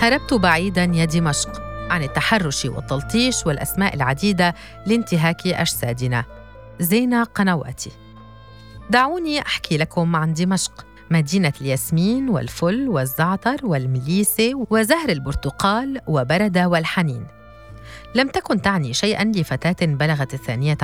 هربت بعيداً يا دمشق عن التحرش والتلطيش والأسماء العديدة لانتهاك أجسادنا. زينة قنواتي. دعوني أحكي لكم عن دمشق، مدينة الياسمين والفل والزعتر والمليسة وزهر البرتقال وبردة والحنين. لم تكن تعني شيئاً لفتاة بلغت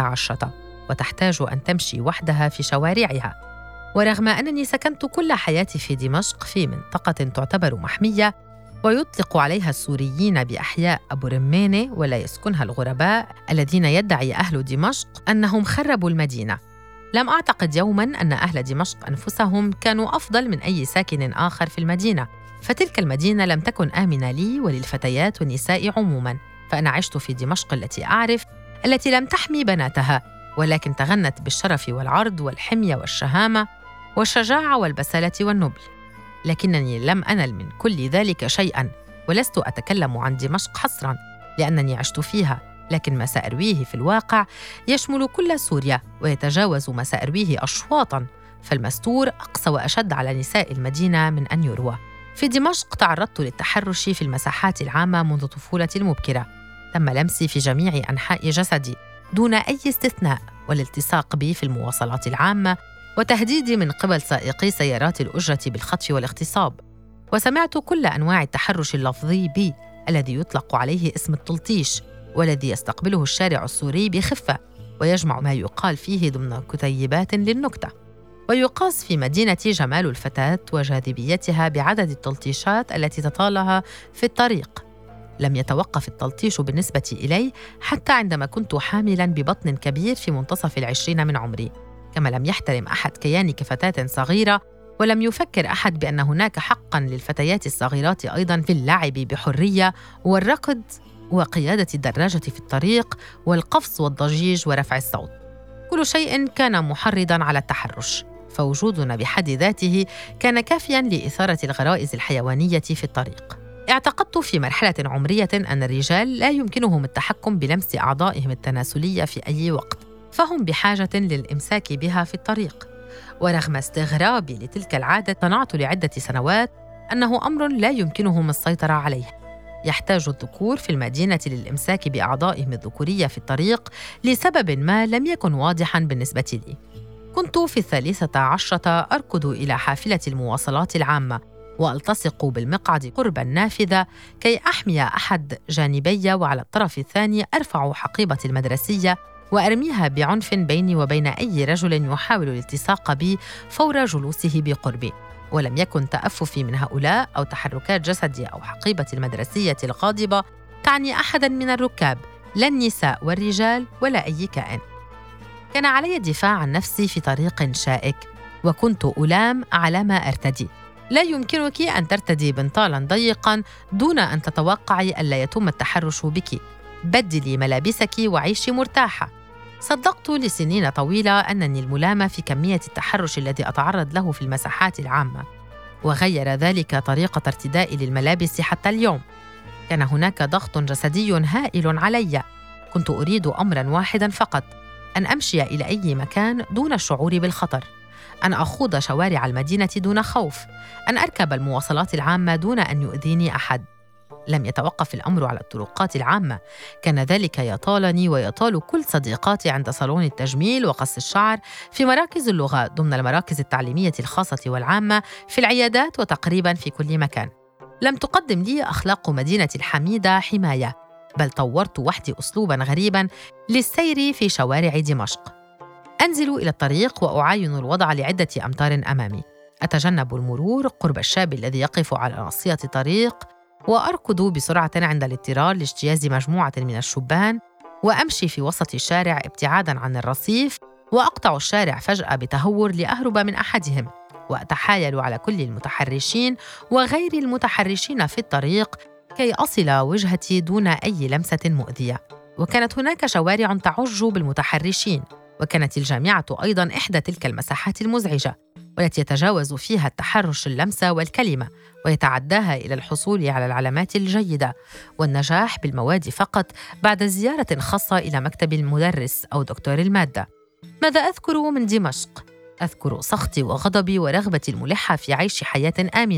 12 وتحتاج أن تمشي وحدها في شوارعها. ورغم أنني سكنت كل حياتي في دمشق في منطقة تعتبر محمية ويطلق عليها السوريين بأحياء أبو رمانة ولا يسكنها الغرباء الذين يدعي أهل دمشق أنهم خربوا المدينة، لم أعتقد يوماً أن أهل دمشق أنفسهم كانوا أفضل من أي ساكن آخر في المدينة، فتلك المدينة لم تكن آمنة لي وللفتيات والنساء عموماً. فأنا عشت في دمشق التي أعرف، التي لم تحمي بناتها ولكن تغنت بالشرف والعرض والحمية والشهامة والشجاعة والبسالة والنبل. لكنني لم أنل من كل ذلك شيئاً، ولست أتكلم عن دمشق حصراً لأنني عشت فيها، لكن ما سأرويه في الواقع يشمل كل سوريا ويتجاوز ما سأرويه أشواطاً، فالمستور أقسى وأشد على نساء المدينة من أن يروى. في دمشق تعرضت للتحرش في المساحات العامة منذ طفولتي المبكرة. تم لمسي في جميع أنحاء جسدي دون أي استثناء، والالتصاق بي في المواصلات العامة، وتهديدي من قبل سائقي سيارات الأجرة بالخطف والاغتصاب. وسمعت كل أنواع التحرش اللفظي بي الذي يطلق عليه اسم التلطيش، والذي يستقبله الشارع السوري بخفة ويجمع ما يقال فيه ضمن كتيبات للنكتة. ويقاس في مدينتي جمال الفتاة وجاذبيتها بعدد التلطيشات التي تطالها في الطريق. لم يتوقف التلطيش بالنسبة إلي حتى عندما كنت حاملاً ببطن كبير في منتصف 20 من عمري، كما لم يحترم أحد كياني كفتاة صغيرة، ولم يفكر أحد بأن هناك حقاً للفتيات الصغيرات أيضاً في اللعب بحرية والركض وقيادة الدراجة في الطريق والقفز والضجيج ورفع الصوت. كل شيء كان محرضاً على التحرش، فوجودنا بحد ذاته كان كافياً لإثارة الغرائز الحيوانية في الطريق. اعتقدت في مرحلة عمرية أن الرجال لا يمكنهم التحكم بلمس أعضائهم التناسلية في أي وقت، فهم بحاجة للإمساك بها في الطريق. ورغم استغرابي لتلك العادة، اقتنعت لعدة سنوات أنه أمر لا يمكنهم السيطرة عليه. يحتاج الذكور في المدينة للإمساك بأعضائهم الذكورية في الطريق لسبب ما لم يكن واضحاً بالنسبة لي. كنت في 13 أركض إلى حافلة المواصلات العامة وألتصق بالمقعد قرب النافذة كي أحمي أحد جانبي، وعلى الطرف الثاني أرفع حقيبتي المدرسية وأرميها بعنف بيني وبين أي رجل يحاول الالتصاق بي فور جلوسه بقربي. ولم يكن تأففي من هؤلاء أو تحركات جسدي أو حقيبتي المدرسية الغاضبة تعني أحداً من الركاب، لا النساء والرجال ولا أي كائن. كان علي الدفاع عن نفسي في طريق شائك، وكنت ألام على ما أرتدي. لا يمكنك أن ترتدي بنطالاً ضيقاً دون أن تتوقعي ألا يتم التحرش بك. بدلي ملابسك وعيشي مرتاحة. صدقت لسنين طويلة أنني الملامة في كمية التحرش الذي أتعرض له في المساحات العامة، وغير ذلك طريقة ارتدائي للملابس حتى اليوم. كان هناك ضغط جسدي هائل علي. كنت أريد أمراً واحداً فقط، أن أمشي إلى أي مكان دون الشعور بالخطر، أن أخوض شوارع المدينة دون خوف، أن أركب المواصلات العامة دون أن يؤذيني أحد. لم يتوقف الأمر على الطرقات العامة، كان ذلك يطالني ويطال كل صديقاتي عند صالون التجميل وقص الشعر، في مراكز اللغة، ضمن المراكز التعليمية الخاصة والعامة، في العيادات، وتقريباً في كل مكان. لم تقدم لي أخلاق مدينة الحميدة حماية، بل طورت وحدي أسلوباً غريباً للسير في شوارع دمشق. أنزل إلى الطريق وأعاين الوضع لعدة أمتار أمامي، أتجنب المرور قرب الشاب الذي يقف على ناصية طريق، وأركض بسرعة عند الاضطرار لاجتياز مجموعة من الشبان، وأمشي في وسط الشارع ابتعاداً عن الرصيف، وأقطع الشارع فجأة بتهور لأهرب من أحدهم، وأتحايل على كل المتحرشين وغير المتحرشين في الطريق كي أصل وجهتي دون أي لمسة مؤذية. وكانت هناك شوارع تعج بالمتحرشين، وكانت الجامعة أيضاً إحدى تلك المساحات المزعجة، والتي يتجاوز فيها التحرش اللمس والكلمة، ويتعداها إلى الحصول على العلامات الجيدة والنجاح بالمواد فقط بعد زيارة خاصة إلى مكتب المدرس أو دكتور المادة. ماذا أذكر من دمشق؟ أذكر سخطي وغضبي ورغبتي الملحة في عيش حياة آمنة،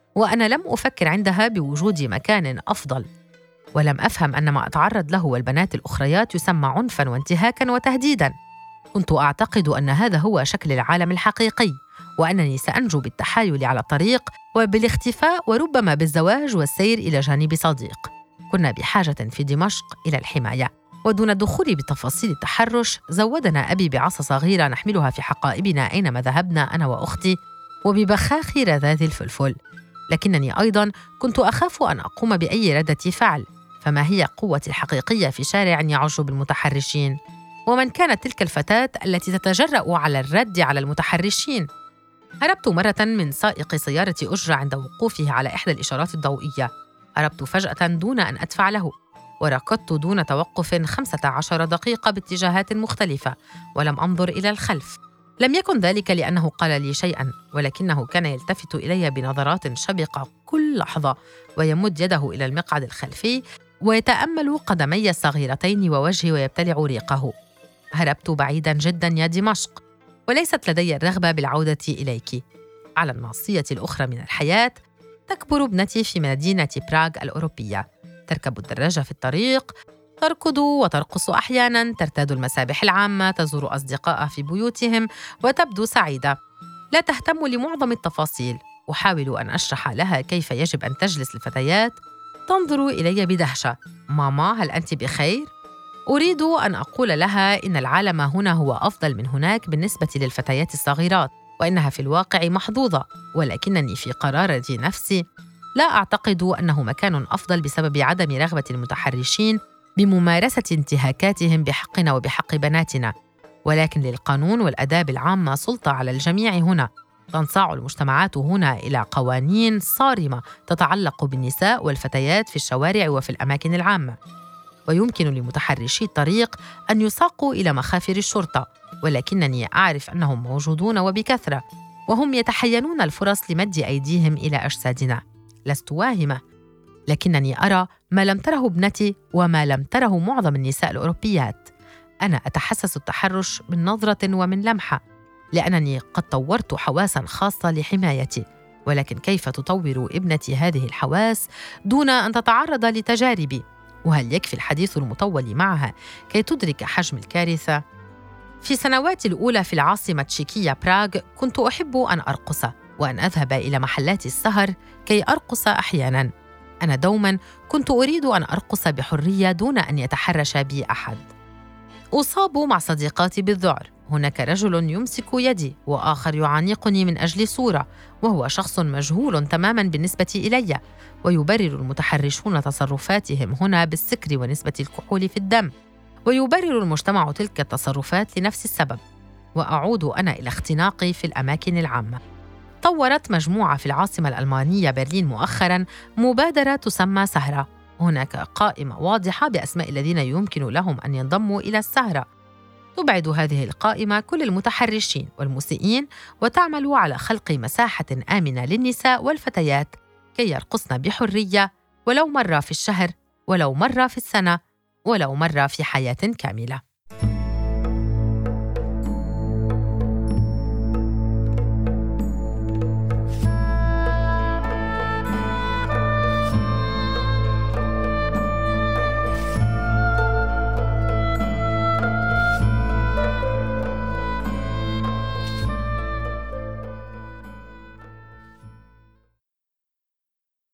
وأنا لم أفكر عندها بوجود مكان أفضل، ولم أفهم أن ما أتعرض له والبنات الأخريات يسمى عنفاً وانتهاكاً وتهديداً. كنت أعتقد أن هذا هو شكل العالم الحقيقي، وأنني سأنجو بالتحايل على الطريق وبالاختفاء وربما بالزواج والسير إلى جانب صديق. كنا بحاجة في دمشق إلى الحماية. ودون الدخول بتفاصيل التحرش، زودنا أبي بعصا صغيرة نحملها في حقائبنا أينما ذهبنا أنا وأختي، وببخاخ رذاذ الفلفل. لكنني أيضاً كنت أخاف أن أقوم بأي ردة فعل. فما هي قوتي الحقيقية في شارع يعج بالمتحرشين؟ ومن كانت تلك الفتاة التي تتجرأ على الرد على المتحرشين؟ هربت مرة من سائق سيارة أجرة عند وقوفه على إحدى الإشارات الضوئية. هربت فجأة دون أن أدفع له، وركضت دون توقف 15 دقيقة باتجاهات مختلفة، ولم أنظر إلى الخلف. لم يكن ذلك لأنه قال لي شيئاً، ولكنه كان يلتفت إلي بنظرات شبقة كل لحظة، ويمد يده إلى المقعد الخلفي ويتأمل قدمي الصغيرتين ووجهي ويبتلع ريقه. هربت بعيداً جداً يا دمشق، وليست لدي الرغبة بالعودة إليك. على الناصية الأخرى من الحياة تكبر ابنتي في مدينة براغ الأوروبية، تركب الدراجة في الطريق، تركض وترقص أحياناً، ترتاد المسابح العامة، تزور أصدقائها في بيوتهم وتبدو سعيدة. لا تهتم لمعظم التفاصيل. أحاول أن أشرح لها كيف يجب أن تجلس الفتيات. تنظر إلي بدهشة. ماما، هل أنت بخير؟ أريد أن أقول لها إن العالم هنا هو أفضل من هناك بالنسبة للفتيات الصغيرات، وإنها في الواقع محظوظة، ولكنني في قرارة نفسي لا أعتقد أنه مكان أفضل بسبب عدم رغبة المتحرشين بممارسة انتهاكاتهم بحقنا وبحق بناتنا. ولكن للقانون والآداب العامة سلطة على الجميع هنا. تنصاع المجتمعات هنا إلى قوانين صارمة تتعلق بالنساء والفتيات في الشوارع وفي الأماكن العامة. ويمكن لمتحرشي الطريق أن يساقوا إلى مخافر الشرطة، ولكنني أعرف أنهم موجودون وبكثرة، وهم يتحينون الفرص لمد أيديهم إلى أجسادنا. لست واهمة، لكنني أرى ما لم تره ابنتي وما لم تره معظم النساء الأوروبيات. أنا أتحسس التحرش من نظرة ومن لمحة، لأنني قد طورت حواساً خاصة لحمايتي. ولكن كيف تطور ابنتي هذه الحواس دون أن تتعرض لتجاربي؟ وهل يكفي الحديث المطول معها كي تدرك حجم الكارثة؟ في سنواتي الأولى في العاصمة التشيكية براغ كنت أحب أن أرقص وأن أذهب إلى محلات السهر كي أرقص أحياناً. أنا دوماً كنت أريد أن أرقص بحرية دون أن يتحرش بي أحد. أصاب مع صديقاتي بالذعر. هناك رجل يمسك يدي وآخر يعانقني من أجل صورة، وهو شخص مجهول تماماً بالنسبة إلي. ويبرر المتحرشون تصرفاتهم هنا بالسكر ونسبة الكحول في الدم، ويبرر المجتمع تلك التصرفات لنفس السبب. وأعود أنا إلى اختناقي في الأماكن العامة. طورت مجموعة في العاصمة الألمانية برلين مؤخراً مبادرة تسمى سهرة. هناك قائمة واضحة بأسماء الذين يمكن لهم أن ينضموا إلى السهرة. تبعد هذه القائمة كل المتحرشين والمسيئين، وتعمل على خلق مساحة آمنة للنساء والفتيات كي يرقصن بحرية، ولو مرة في الشهر، ولو مرة في السنة، ولو مرة في حياة كاملة.